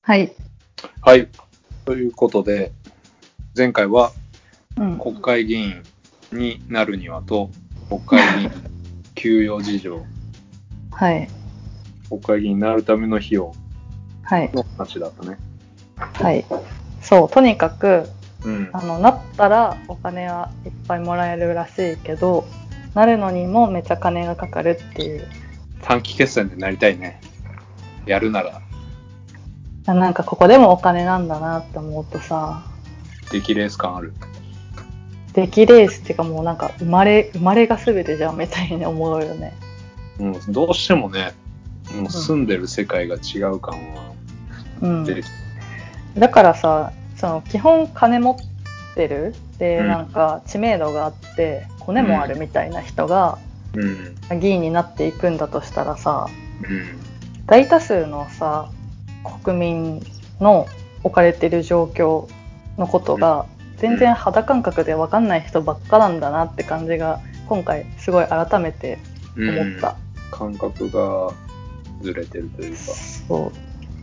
はい。 はい。ということで、前回はうん。 国会議員になるにはと、国会議員給与事情、 はい。 国会議員になるための費用はい。 の話だったね。 はい。そう、とにかく、 うん。 なったらお金はいっぱいもらえるらしいけど、なるのにもめっちゃ金がかかるっていう。 短期決戦でなりたいね。やるなら、 なんかここでもお金なんだなって思うとさ、 出来レース感ある。 出来レースっていうかもうなんか生まれが全てじゃんみたいに思うよね。 どうしてもね、もう住んでる世界が違う感は出てきだからさ、その基本金持ってるで、 うんなんか知名度があってコネもあるみたいな人が議員になっていくんだとしたらさ、大多数のさ国民の置かれてる状況のことが全然肌感覚で分かんない人ばっかなんだなって感じが今回すごい改めて思った。 感覚がずれてるというか。 そう。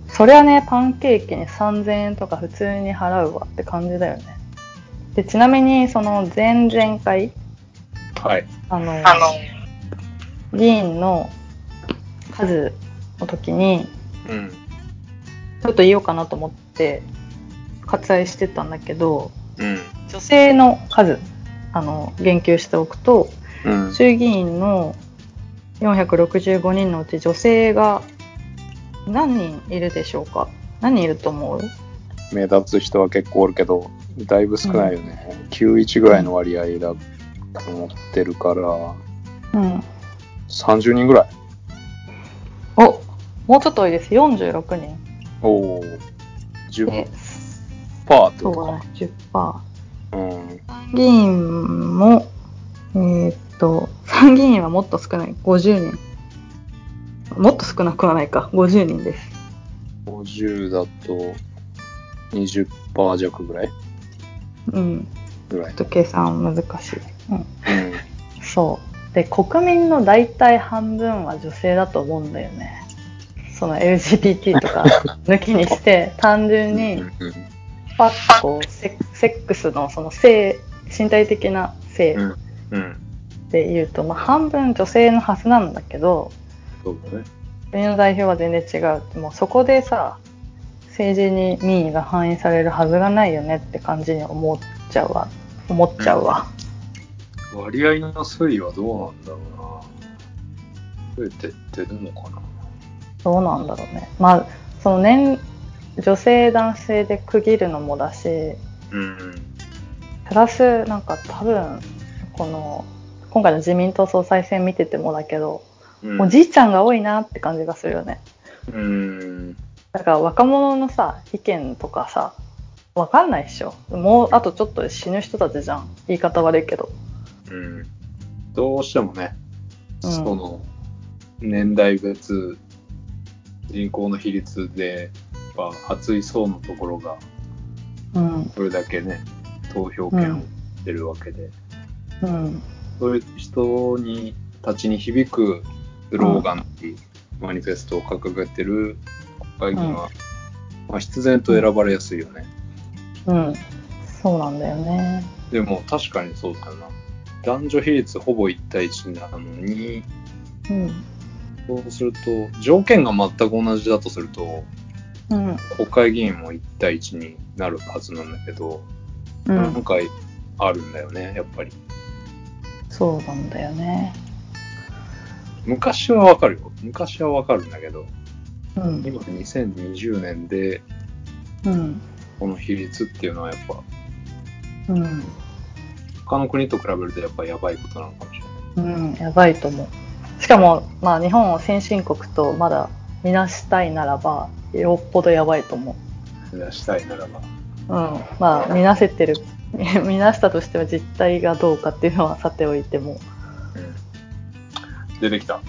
そりゃね、パンケーキに3000円とか普通に払うわって感じだよね。で、ちなみにその前々回、 はい。 議員の数の時に、ちょっと言おうかなと思って割愛してたんだけど、女性の数言及しておくと、衆議院の465人のうち女性が何人いるでしょうか。何人いると思う？ 目立つ人は結構おるけど、だいぶ少ないよね。91ぐらいの割合だと思ってるから、30人ぐらい。 お、もうちょっと多いです。46人。 おー、10%ってことか。 そうだね、10%。参議院も、参議院はもっと少ない。50人。もっと少なくはないか。50人です。 50だと20%弱ぐらい。 ちょっと計算難しい。そう。で、国民の大体半分は女性だと思うんだよね。その LGBT とか抜きにして、単純に、パッとこう、セックスのその性、身体的な性で言うと、半分女性のはずなんだけど、 そうだね。 国の代表は全然違う。もうそこでさ、政治に民意が反映されるはずがないよねって感じに思っちゃうわ。 割合の推移はどうなんだろうな。増えてってるのかな。 どうなんだろうね。その女性男性で区切るのもだし、プラスなんか多分今回の自民党総裁選見ててもだけど、おじいちゃんが多いなって感じがするよね。だから若者のさ意見とかさ分かんないっしょ。もうあとちょっとで死ぬ人たちじゃん。言い方悪いけど。 どうしてもね、その年代別人口の比率で厚い層のところがそれだけね、投票権を持ってるわけで、そういう人たちに響くスローガンマニフェストを掲げてる国会議員は、必然と選ばれやすいよね。 そうなんだよね。 でも確かにそうだよな。男女比率ほぼ1対1なのに、そうすると条件が全く同じだとすると、国会議員も1対1になるはずなんだけど、なんかあるんだよね、やっぱり。 そうなんだよね。 昔はわかるよ。昔はわかるんだけど、今2020年で、この比率っていうのはやっぱ、他の国と比べるとやっぱやばいことなのかもしれない。 やばいと思う。しかも、日本を先進国とまだ見なしたいならば、よっぽどやばいと思う。 見なしたいならば。 見なせてる。見なしたとしては実態がどうかっていうのはさておいても。 出てきた。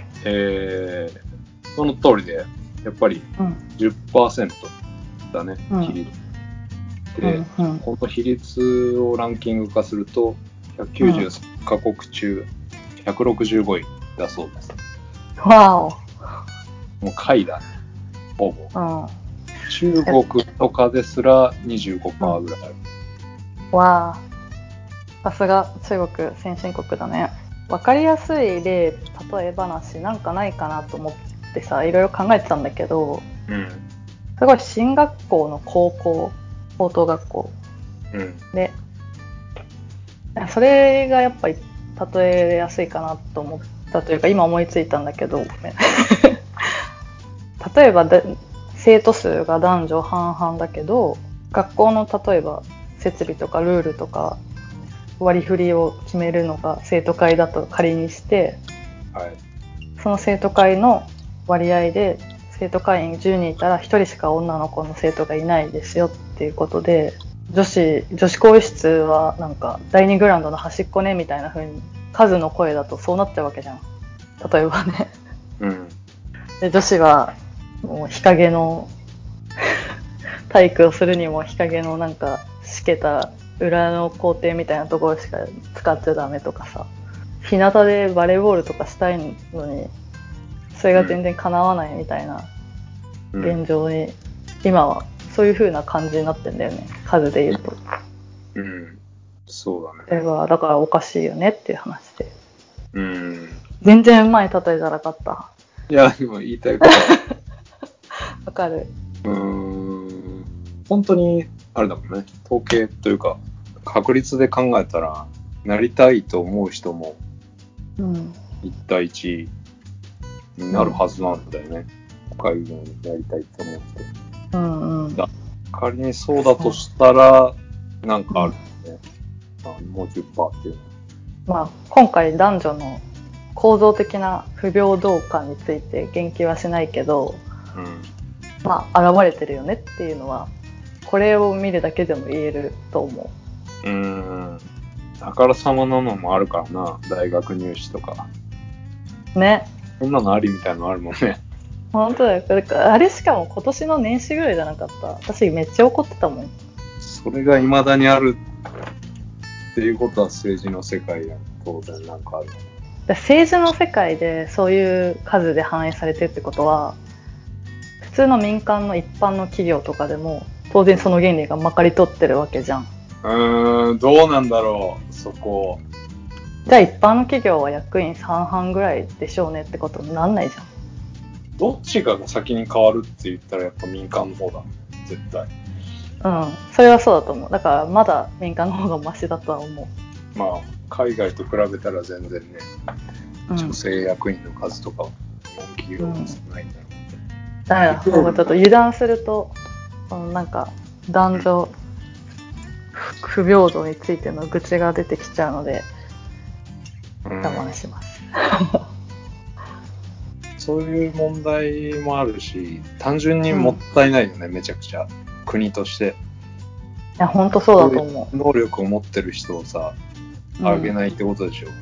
その通りで、やっぱり 10% だね、比率。で、この比率をランキング化すると、193カ国中165位だそうです。 わお。 もう下位だね、ほぼ。 中国とかですら25%ぐらいある。 わあ、さすが中国先進国だね。わかりやすい例、例え話なんかないかなと思ってさ、いろいろ考えてたんだけど、すごい進学校の高等学校、で、それがやっぱり例えやすいかなと思ったというか、今思いついたんだけど、例えば生徒数が男女半々だけど、学校の例えば設備とかルールとか割り振りを決めるのが生徒会だと仮にして、はい、その生徒会の割合で生徒会員10人いたら1人しか女の子の生徒がいないですよっていうことで、女子更衣室はなんか第2グラウンドの端っこねみたいな風に数の声だとそうなっちゃうわけじゃん、例えばね。で女子はもう日陰の体育をするにも日陰のなんかしけた裏の校庭みたいなところしか使っちゃダメとかさ、日向でバレーボールとかしたいのにそれが全然叶わないみたいな現状に、今はそういう風な感じになってんだよね、数で言うと。 そうだね。 それはだからおかしいよねっていう話で。全然うまい例えじゃなかった。 いや、でも言いたいことわかる。 本当にあれだもんね、統計というか確率で考えたらなりたいと思う人も1対1になるはずなんだよね、海軍になりたいと思う人。仮にそうだとしたらなんかあるんだね、もう 10% っていうのは。 まあ今回男女の構造的な不平等感について言及はしないけど、まあ現れてるよねっていうのはこれを見るだけでも言えると思う。 あからさまなのもあるからな、大学入試とかね。 そんなのありみたいなのあるもんね。 本当だよ。あれしかも今年の年始ぐらいじゃなかった？私めっちゃ怒ってたもん。 それが未だにあるっていうことは政治の世界で当然なんかある。 政治の世界でそういう数で反映されてるってことは、普通の民間の一般の企業とかでも当然その原理がまかり通ってるわけじゃん。 どうなんだろう、そこ。 じゃあ一般の企業は役員3半ぐらいでしょうねってことになんないじゃん。 どっちかが先に変わるって言ったらやっぱ民間の方だ、絶対。 それはそうだと思う。だからまだ民間の方がマシだとは思う。まあ海外と比べたら全然ね、女性役員の数とか日本企業は少ないんだろう。 だからちょっと油断するとなんか男女不平等についての愚痴が出てきちゃうので我慢します。 そういう問題もあるし、単純にもったいないよね、めちゃくちゃ国として。 いや本当そうだと思う。 能力を持ってる人をさ、あげないってことでしょ。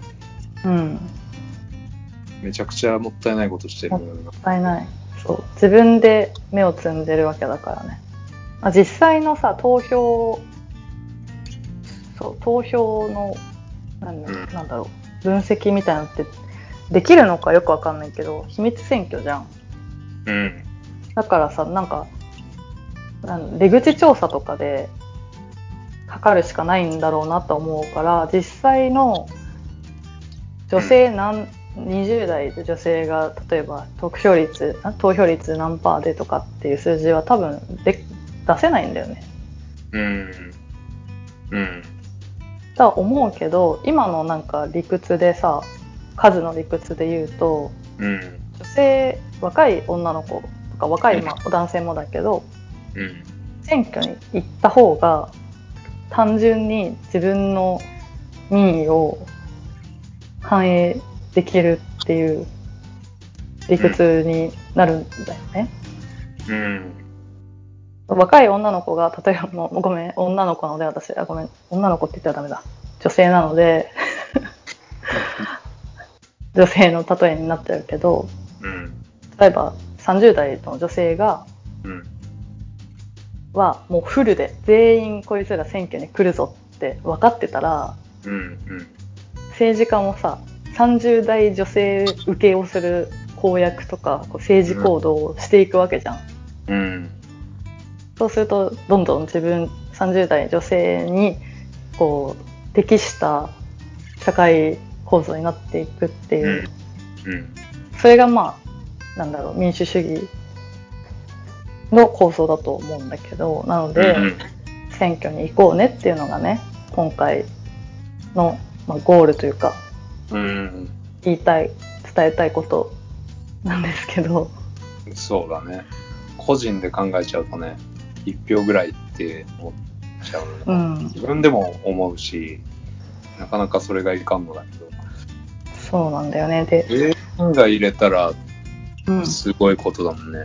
めちゃくちゃもったいないことしてる。もったいない。そう、自分で目をつんでるわけだからね。実際のさ投票のなんだろう、分析みたいなのってできるのかよくわかんないけど、秘密選挙じゃん。だからさ、なんか出口調査とかでかかるしかないんだろうなと思うから、実際の女性20代で女性が例えば投票率何パーでとかっていう数字は多分出せないんだよね。とは思うけど、今のなんか理屈でさ、数の理屈で言うと、女性、若い女の子とか若い男性もだけど、選挙に行った方が単純に自分の民意を反映できるっていう理屈になるんだよね。若い女の子が例えばごめん、女の子なので私ごめん、女の子って言ったらダメだ、女性なので女性の例えになっちゃうけど、例えば30代の女性が、はもうフルで全員こいつら選挙に来るぞって分かってたら、政治家もさ30代女性受けをする公約とか政治行動をしていくわけじゃん。 そうするとどんどん自分30代女性にこう適した社会構造になっていくっていう、それがまあなんだろう、民主主義の構想だと思うんだけど、なので、選挙に行こうねっていうのがね、今回の、ゴールというか、言いたい、伝えたいことなんですけど。 そうだね。個人で考えちゃうとね、1票ぐらいって思っちゃう、自分でも思うし、なかなかそれがいかんのだけど。 そうなんだよね。で、 全員が入れたらすごいことだもんね。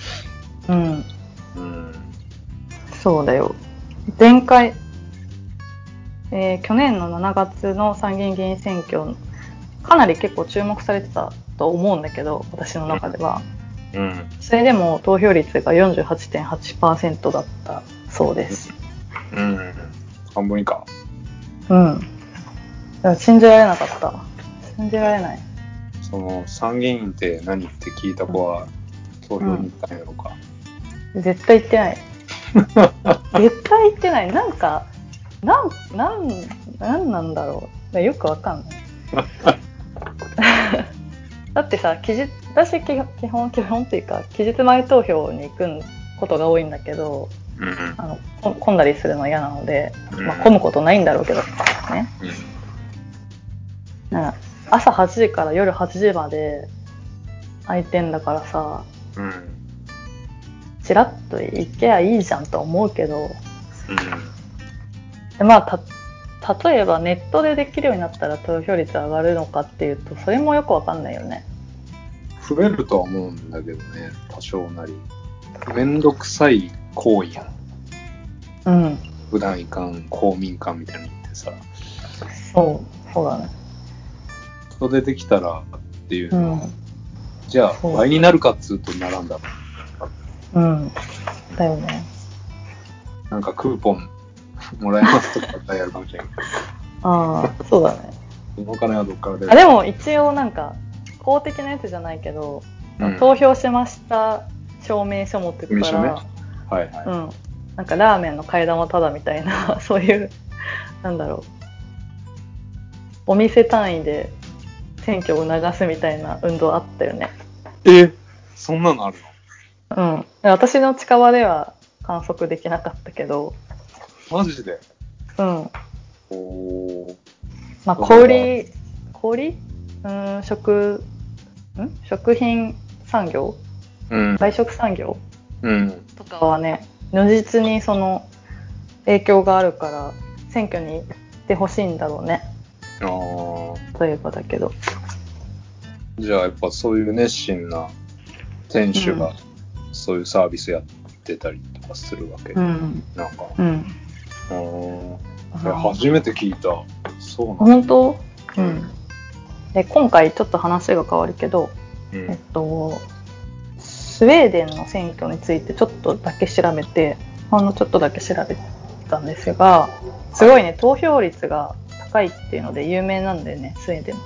そうだよ。前回、去年の7月の参議院議員選挙、かなり結構注目されてたと思うんだけど、私の中では。それでも投票率が 48.8% だったそうです。 半分以下。 信じられなかった。信じられない。 その参議院って何って聞いた子は投票に行ったんやろか。 絶対行ってない。絶対行ってない。なんか、なんなんだろう。よくわかんない。だってさ、私基本っていうか、期日前投票に行くことが多いんだけど、混んだりするの嫌なので、混むことないんだろうけどね。朝8時から夜8時まで空いてんだからさ、チラッと行けばいいじゃんと思うけど、で例えばネットでできるようになったら投票率上がるのかっていうと、それもよくわかんないよね。 増えるとは思うんだけどね、多少なり。めんどくさい行為やん。普段いかん公民館みたいなのってさ。 そうだね。 人でできたらっていうのは、じゃあ倍になるかっつうとならんだろ。 だよね。 なんかクーポンもらえますとかやるかもしれない。 そうだね。 そのお金はどっから出る？ でも一応なんか公的なやつじゃないけど、投票しました証明書持ってくから、なんかラーメンの替え玉ただみたいなそういうなんだろう、お店単位で選挙を促すみたいな運動あったよね。 そんなのあるの？私の近場では観測できなかったけど。 マジで？ 食品産業、外食産業、とかはね、如実にその影響があるから選挙に行ってほしいんだろうね。例えばだけど。 じゃあやっぱそういう熱心な店主がそういうサービスやってたりとかするわけ。なんか。初めて聞いた。そうなんだ。 本当？で今回ちょっと話が変わるけど、スウェーデンの選挙についてちょっとだけ調べて、ほんのちょっとだけ調べたんですが、すごいね、投票率が高いっていうので有名なんだよね、スウェーデンって。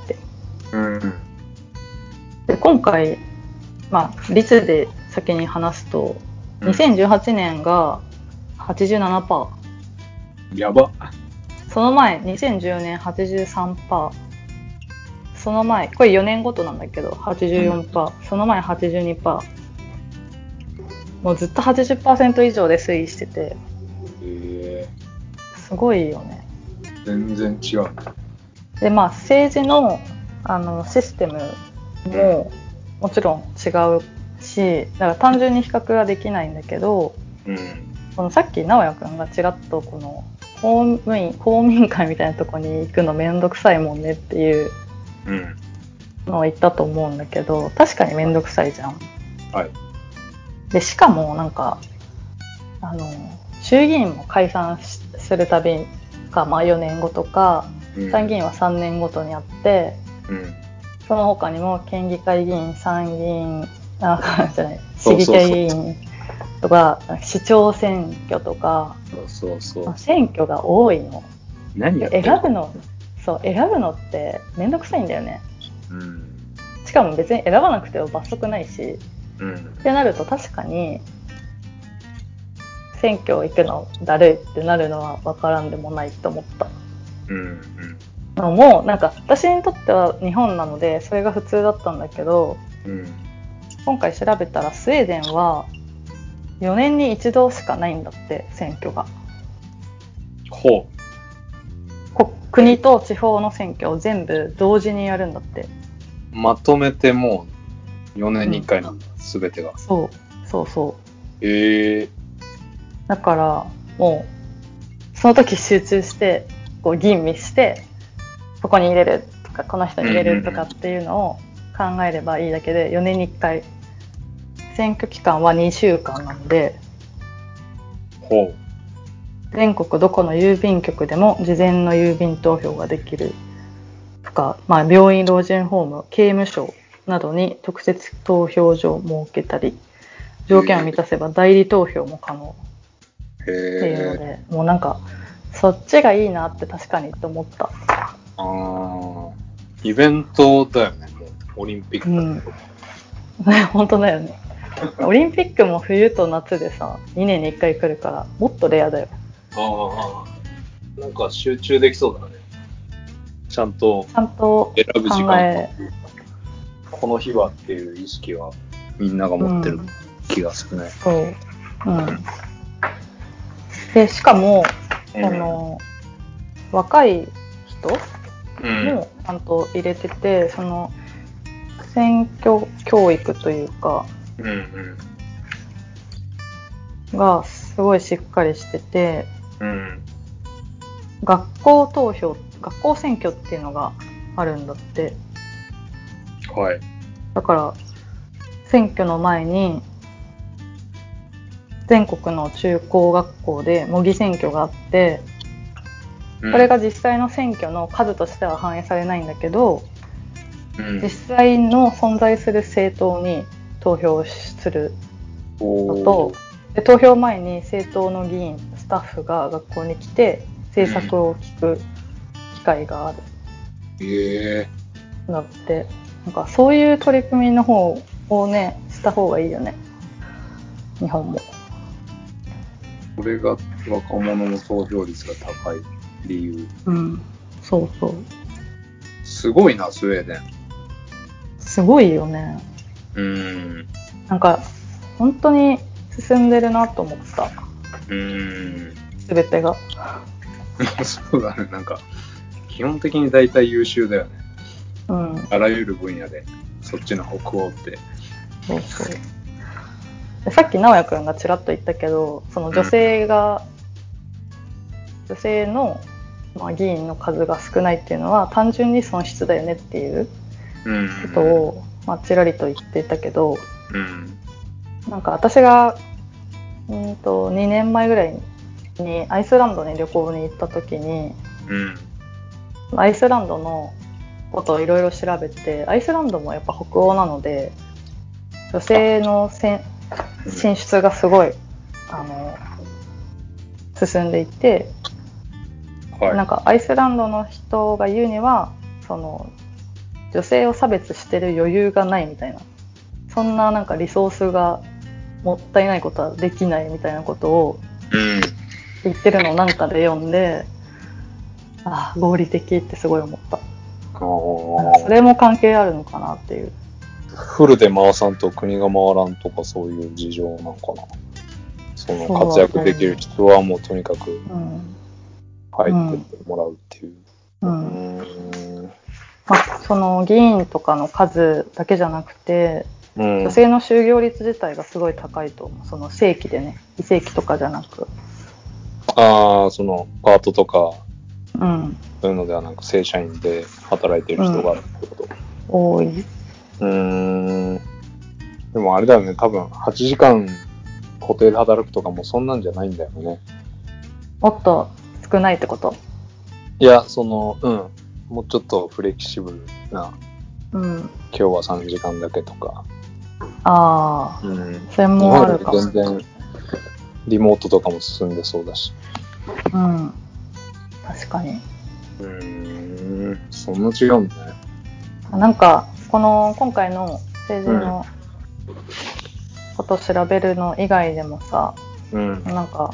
で今回、率で先に話すと、2018年が 87%。 やば。 その前、2010年 83%。その前、これ4年ごとなんだけど 84%、その前 82%。もうずっと 80% 以上で推移してて、すごいよね。 全然違う。 で政治のシステムももちろん違うし、だから単純に比較はできないんだけど、このさっき直哉くんがちらっとこの公民館みたいなとこに行くのめんどくさいもんねっていうのを言ったと思うんだけど、確かにめんどくさいじゃん。でしかもなんか衆議院も解散するたびか、4年後とか、参議院は3年ごとにあって、その他にも県議会議員、参議院市議会議員とか市長選挙とか、選挙が多いの。選ぶのってめんどくさいんだよね。しかも別に選ばなくても罰則ないし、ってなると確かに選挙行くのだるいってなるのは分からんでもないと思った。のもなんか私にとっては日本なのでそれが普通だったんだけど、今回調べたらスウェーデンは4年に一度しかないんだって選挙が。 ほう。国と地方の選挙を全部同時にやるんだって。 まとめてもう4年に1回なんだ、全てが。 そう。だからもうその時集中してこう吟味してここに入れるとかこの人に入れるとかっていうのを考えればいいだけで、4年に1回選挙期間は2週間なので、全国どこの郵便局でも事前の郵便投票ができるとか、病院、老人ホーム、刑務所などに特設投票所を設けたり、条件を満たせば代理投票も可能っていうので、もうなんかそっちがいいなって確かにって思った。 イベントだよね、もうオリンピック。 本当だよね。オリンピックも冬と夏でさ、2年に1回来るからもっとレアだよ。 なんか集中できそうだね。ちゃんと選ぶ時間、この日はっていう意識はみんなが持ってる気がするね。 でしかも、この若い人もちゃんと入れてて、その選挙教育というか、がすごいしっかりしてて、学校投票、学校選挙っていうのがあるんだって。だから選挙の前に全国の中高学校で模擬選挙があって、これが実際の選挙の数としては反映されないんだけど、実際の存在する政党に投票するのと、で投票前に政党の議員、スタッフが学校に来て政策を聞く機会がある。だって、なんかそういう取り組みの方をね、した方がいいよね、日本も。 これが若者の投票率が高い理由。 そう。 すごいな、スウェーデン。 すごいよね。なんか本当に進んでるなと思った。全てが。 そうだね、なんか基本的に大体優秀だよね。あらゆる分野でそっちの北欧って。 でさっき直哉くんがちらっと言ったけど、その女性の、議員の数が少ないっていうのは単純に損失だよねっていうことを、ちらりと言っていたけど、なんか私が2年前ぐらいにアイスランドに旅行に行った時に、アイスランドのことをいろいろ調べて、アイスランドもやっぱ北欧なので女性の進出がすごい進んでいて、なんかアイスランドの人が言うには、その女性を差別してる余裕がないみたいな、そんななんかリソースがもったいないことはできないみたいなことを言ってるのをなんかで読んで、合理的ってすごい思った。それも関係あるのかなっていう。 フルで回さんと国が回らんとか、そういう事情なのかな。その活躍できる人はもうとにかく入ってってもらうっていう。 その議員とかの数だけじゃなくて、女性の就業率自体がすごい高いと思う。その正規でね、非正規とかじゃなく。 そのパートとか、そういうのではなく正社員で働いてる人がってこと。 多い。 でもあれだよね、多分8時間固定で働くとかもそんなんじゃないんだよね。 もっと少ないってこと？ いや、もうちょっとフレキシブルな、今日は3時間だけとか。 それもあるかも。 全然リモートとかも進んでそうだし。 確かに。 そんな違うんだね。 なんか今回の政治のことを調べるの以外でもさ、 うん。 なんか、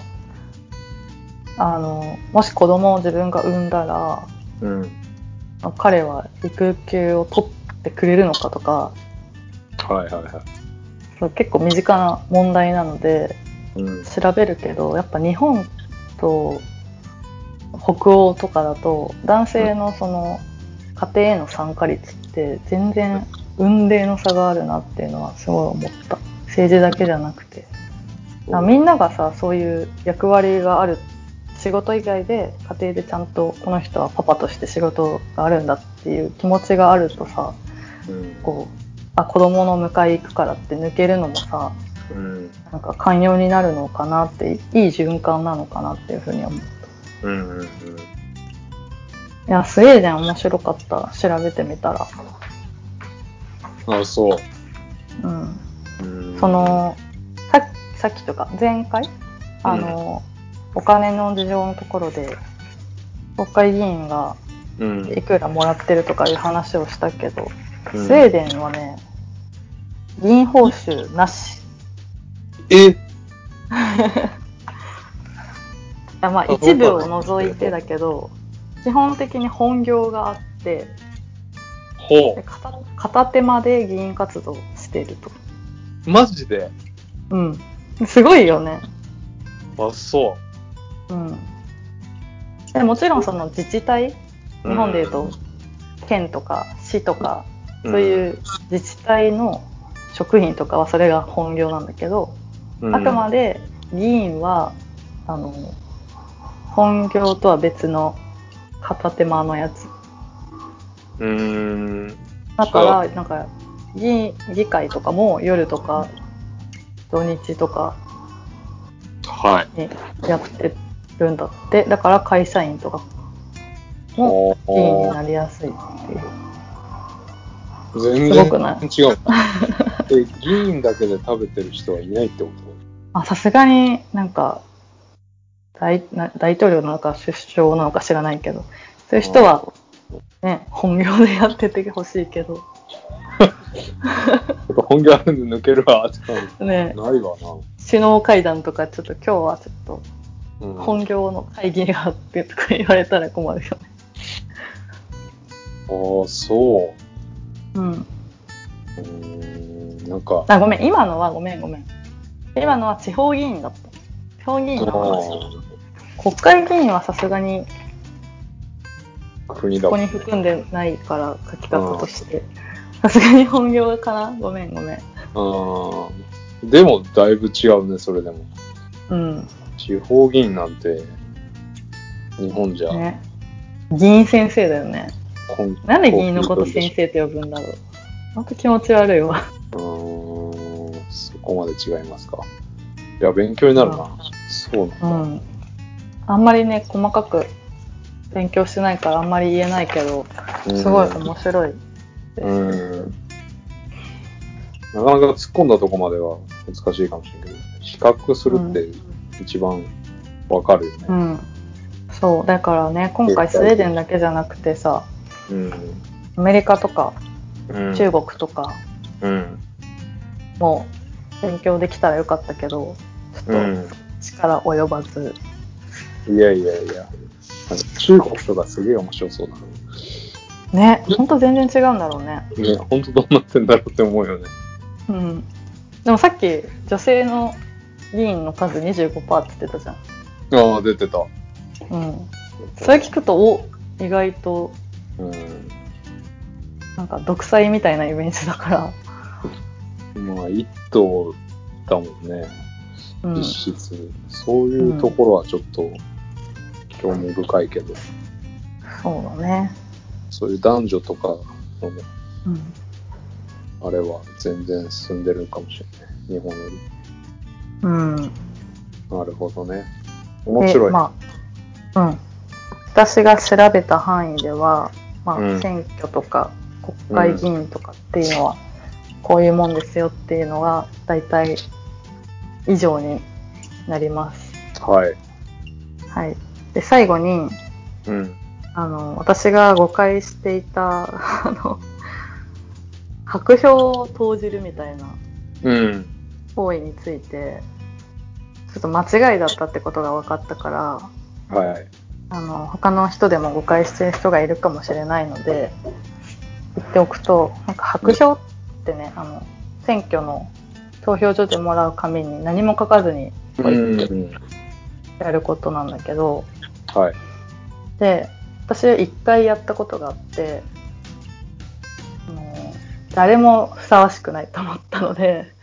もし子供を自分が産んだら、 うん。 彼は育休を取ってくれるのかとか、 はいはいはい。 そう結構身近な問題なので、 うん。 調べるけど、やっぱ日本と北欧とかだと、男性のその家庭への参加率って全然雲泥の差があるなっていうのはすごい思った。政治だけじゃなくて。みんながさ、そういう役割がある、仕事以外で家庭でちゃんとこの人はパパとして仕事があるんだっていう気持ちがあるとさ、こう、子供の迎え行くからって抜けるのもさ、なんか寛容になるのかなって、いい循環なのかなっていうふうに思った。いや、スウェーデン面白かった。調べてみたら。 あ、そう。 その、さっきとか前回、お金の事情のところで国会議員がいくらもらってるとかいう話をしたけど、スウェーデンはね、議員報酬なし。まあ一部を除いてだけど、基本的に本業があって、で片手間で議員活動していると。 マジで？ うん。すごいよね。 あ、そう。 でもちろんその自治体、日本でいうと県とか市とか、そういう自治体の職員とかはそれが本業なんだけど、あくまで議員は本業とは別の片手間のやつ。だからなんか議会とかも夜とか土日とかにやってるんだって。だから会社員とかも議員になりやすいっていう。 全然違う。議員だけで食べてる人はいないってこと？ さすがになんか大統領なのか首相なのか知らないけど、そういう人はね、本業でやっててほしいけど。 本業あるんで抜けるわってね、 ないわな。 首脳会談とかちょっと今日はちょっと本業の会議があってとか言われたら困るよね。 ああ、そう。なんか。 ごめん、今のはごめん。今のは地方議員だった。地方議員の話。国会議員はさすがにここに含んでないから書き方として。さすがに本業かな？ごめん。 でもだいぶ違うね、それでも。地方議員なんて日本じゃ、 ね、議員先生だよね。なんで議員のこと先生って呼ぶんだろう。ほんと気持ち悪いわ。 そこまで違いますか。いや、勉強になるな。そうなんだ。 あんまりね、細かく勉強してないからあんまり言えないけど、すごい面白いです。 なかなか突っ込んだとこまでは難しいかもしれないけど、比較するって一番わかるよね。 そう、だからね、今回スウェーデンだけじゃなくてさ、アメリカとか中国とかも勉強できたらよかったけど、ちょっと力及ばず。 いや。中国とかすげえ面白そうだね、ほんと全然違うんだろうね。 ね、ほんとどうなってんだろうって思うよね。 でもさっき女性の議員の数 25% って言ってたじゃん。 ああ、出てた。 それ聞くと、意外と、なんか独裁みたいなイメージだから。 まあ、一党だもんね。実質。そういうところはちょっと興味深いけど。 そうだね。 そういう男女とかの、あれは全然進んでるかもしれない。日本より。なるほどね。面白い。 私が調べた範囲では、選挙とか国会議員とかっていうのは、こういうもんですよっていうのが大体以上になります。 はい。 で、最後に、私が誤解していた、白票を投じるみたいな行為について、 ちょっと間違いだったってことが分かったから、 はい。 他の人でも誤解してる人がいるかもしれないので言っておくと、なんか白票ってね、選挙の投票所でもらう紙に何も書かずにこう言ってやることなんだけど、 はい。 で、私は1回やったことがあって、誰もふさわしくないと思ったので、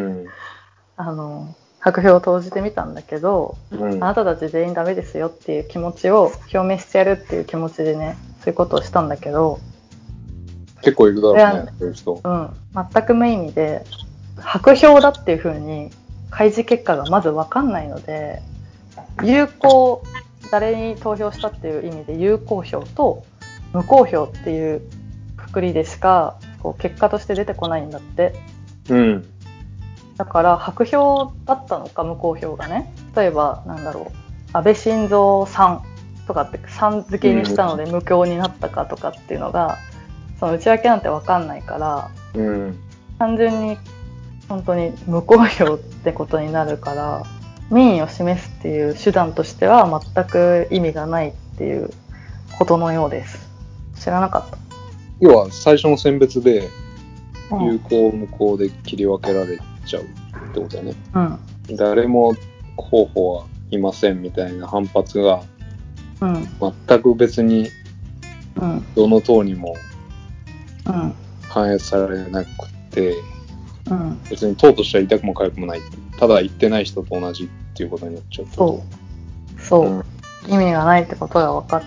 白票を投じてみたんだけど、あなたたち全員ダメですよっていう気持ちを表明してやるっていう気持ちでね、そういうことをしたんだけど、 結構いるだろうね、そういう人。 全く無意味で、白票だっていう風に開示結果がまず分かんないので、有効、誰に投票したっていう意味で有効票と無効票っていうくくりでしかこう結果として出てこないんだって。だから白票だったのか無効票がね、例えばなんだろう、安倍晋三さんとかってさん付けにしたので無効になったかとかっていうのが、その内訳なんて分かんないから、単純に本当に無効票ってことになるから、民意を示すっていう手段としては全く意味がないっていうことのようです。知らなかった。 要は最初の選別で有効無効で切り分けられちゃうってことだね。誰も候補はいませんみたいな反発が全く別にどの党にも反映されなくて、別に党としては痛くも痒くもない、ただ言ってない人と同じっていうことになっちゃう。 そう、意味がないってことが分かって、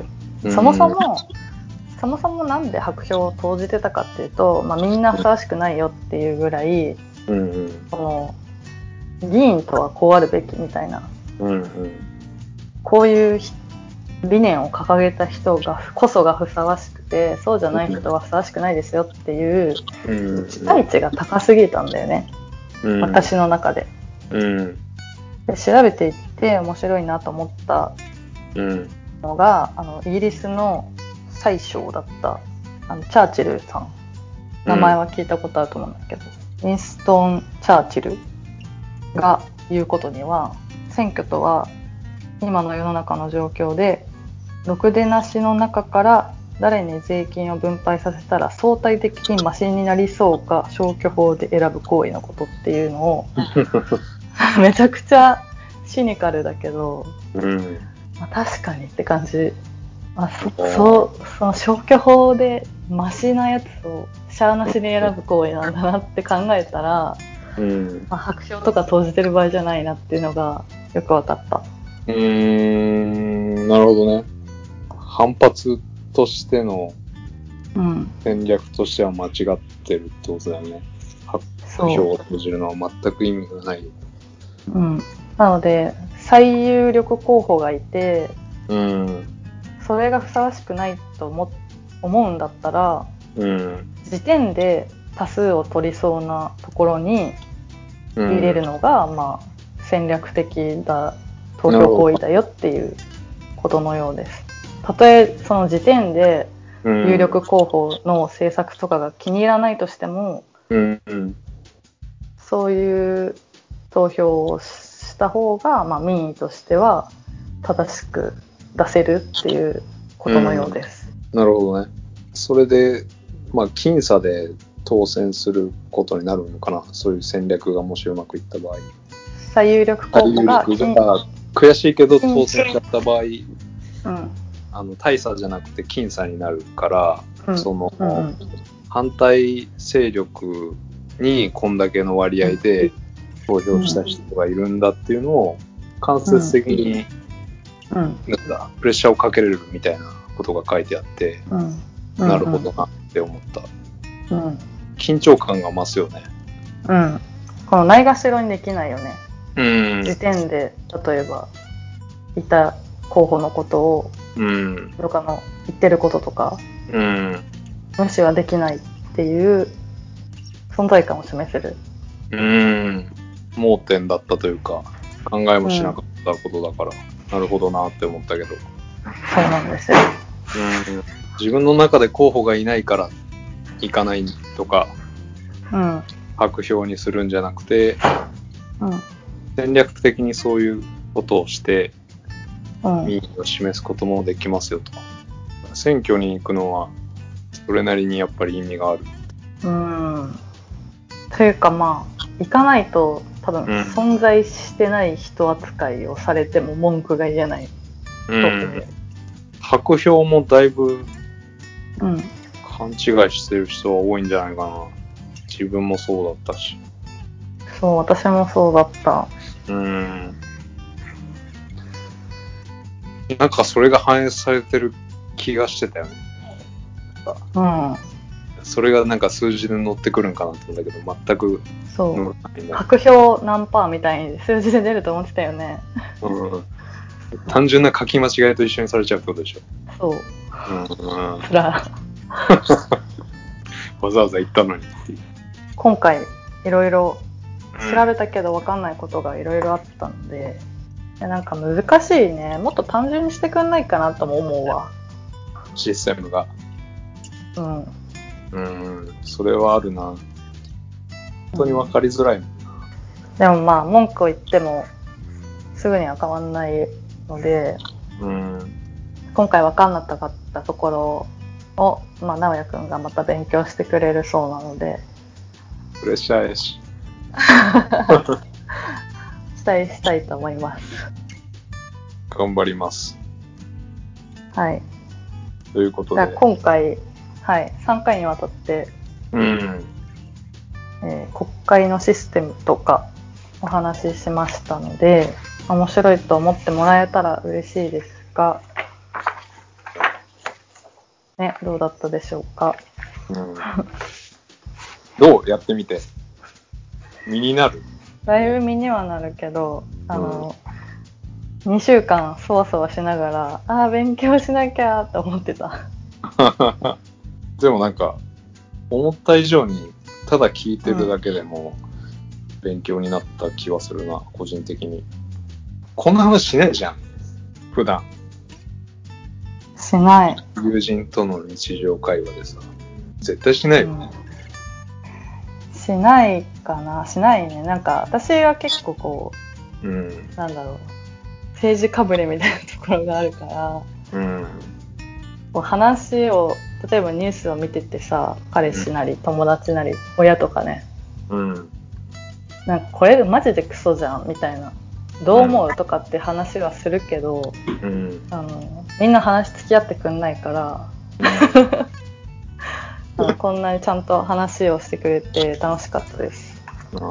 そもそもなんで白票を投じてたかっていうと、みんなふさわしくないよっていうぐらい、この議員とはこうあるべきみたいな、こういう理念を掲げた人がこそがふさわしくて、そうじゃない人はふさわしくないですよっていう期待値が高すぎたんだよね、私の中で。で調べていって面白いなと思ったのが、イギリスの宰相だったチャーチルさん、名前は聞いたことあると思うんだけど、ウィンストン・チャーチルが言うことには、選挙とは今の世の中の状況でろくでなしの中から誰に税金を分配させたら相対的にマシになりそうか消去法で選ぶ行為のことっていうのをめちゃくちゃシニカルだけど、確かにって感じ。その消去法でマシなやつをシャーなしに選ぶ行為なんだなって考えたら、白票とか投じてる場合じゃないなっていうのがよく分かった。 なるほどね。反発としての戦略としては間違ってるってことだよね。白票を投じるのは全く意味がない。 なので最有力候補がいて、それがふさわしくないと思うんだったら、時点で多数を取りそうなところに入れるのが、戦略的だ投票行為だよっていうことのようです。たとえその時点で有力候補の政策とかが気に入らないとしても、そういう投票をした方が、民意としては正しく出せるっていうことのようです。 なるほどね。それで、僅差で当選することになるのかな。そういう戦略がもしうまくいった場合。 最有力候補が悔しいけど当選しちゃった場合、大差じゃなくて僅差になるから、反対勢力にこんだけの割合で投票した人がいるんだっていうのを間接的にプレッシャーをかけれるみたいなことが書いてあって、なるほどなって思った。緊張感が増すよね。 このないがしろにできないよね。時点で例えばいた候補のことを、とかの言ってることとか、無視はできないっていう存在感を示せる。 盲点だったというか、考えもしなかったことだから、なるほどなって思ったけど。 そうなんですよ。 自分の中で候補がいないから行かないとか、白票にするんじゃなくて、 戦略的にそういうことをして、 うん民意を示すこともできますよと。選挙に行くのは、それなりにやっぱり意味がある。 というかまあ、行かないと多分存在してない人扱いをされても文句が言えないと思う。 白票もだいぶうん。 勘違いしてる人は多いんじゃないかな。自分もそうだったし。 そう、私もそうだった。 なんかそれが反映されてる気がしてたよね。 うん。 それがなんか数字で乗ってくるんかなと思うんだけど、全くそ乗らないね。 白票何パーみたいに数字で出ると思ってたよね。 単純な書き間違いと一緒にされちゃうってことでしょ。 そう。つらわざわざ言ったのにっていう。 今回いろいろ調べたけど分かんないことがいろいろあったんで、なんか難しいね。もっと単純にしてくんないかなとも思うわ。 システムが。それはあるな。本当に分かりづらいもんな。 でもまあ文句を言ってもすぐには変わんないので、今回分かんなかったところを、まあ、直哉くんがまた勉強してくれるそうなので、 プレッシャーやし期待したいと思います。 頑張ります。 はい。 ということで、 今回、はい、3回にわたって、国会のシステムとかお話ししましたので、面白いと思ってもらえたら嬉しいですが、ね、どうだったでしょうか。 どうやってみて身になる？ だいぶ身にはなるけど、2週間そわそわしながら、勉強しなきゃと思ってた。 でもなんか思った以上にただ聞いてるだけでも勉強になった気はするな、個人的に。こんな話しないじゃん、普段。 しない。 友人との日常会話でさ、絶対しないよね。 しないかな、しないね。なんか私は結構こう、なんだろう、政治かぶれみたいなところがあるから、こう話を、例えばニュースを見ててさ、彼氏なり友達なり親とかね、なんかこれマジでクソじゃんみたいな、どう思うとかって話はするけど、みんな話付き合ってくんないから、こんなにちゃんと話をしてくれて楽しかったです。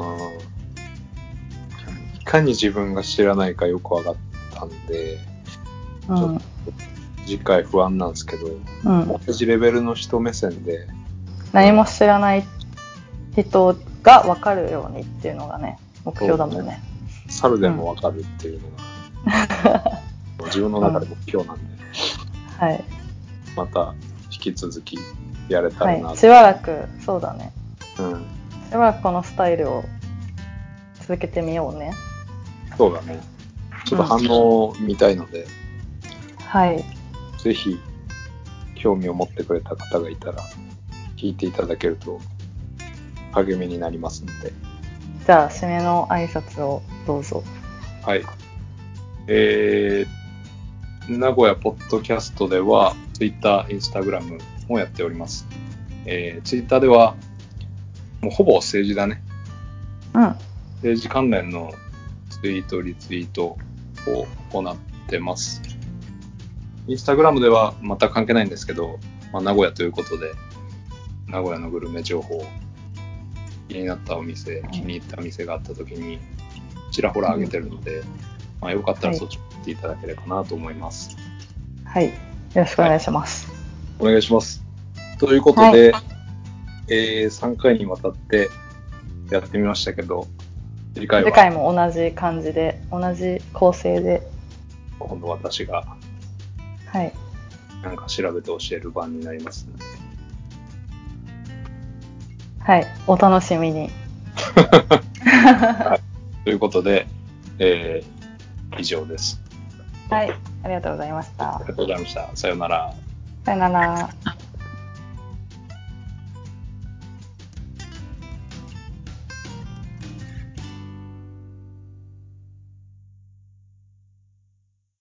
いかに自分が知らないかよく分かったんで、ちょっと次回不安なんですけど、同じレベルの人目線で何も知らない人が分かるようにっていうのがね、目標だもんね。 猿でも分かるっていうのが、自分の中で目標なんで、 はい、 また引き続きやれたらな、 はい、しばらくそうだね、しばらくこのスタイルを続けてみようね。 そうだね、ちょっと反応を見たいので、 はい、 ぜひ興味を持ってくれた方がいたら聞いていただけると励みになりますので。 じゃあ締めの挨拶をどうぞ。 はい、名古屋ポッドキャストでは Twitter、Instagram もやっております。Twitter ではもうほぼ政治だね。政治関連のツイート、リツイートを行ってます。Instagram では全く関係ないんですけど、名古屋ということで、名古屋のグルメ情報、気になったお店、気に入った店があったときに、ちらほら上げてるので、よかったらそっちを見ていただければなと思います。 はい。よろしくお願いします。 お願いします。ということで、3回にわたってやってみましたけど、次回も同じ感じで、同じ構成で。 今度私が、なんか調べて教える番になりますので。 はい、お楽しみに。 はい、ということで、以上です。 はい、ありがとうございました。 ありがとうございました。さようなら。 さよなら。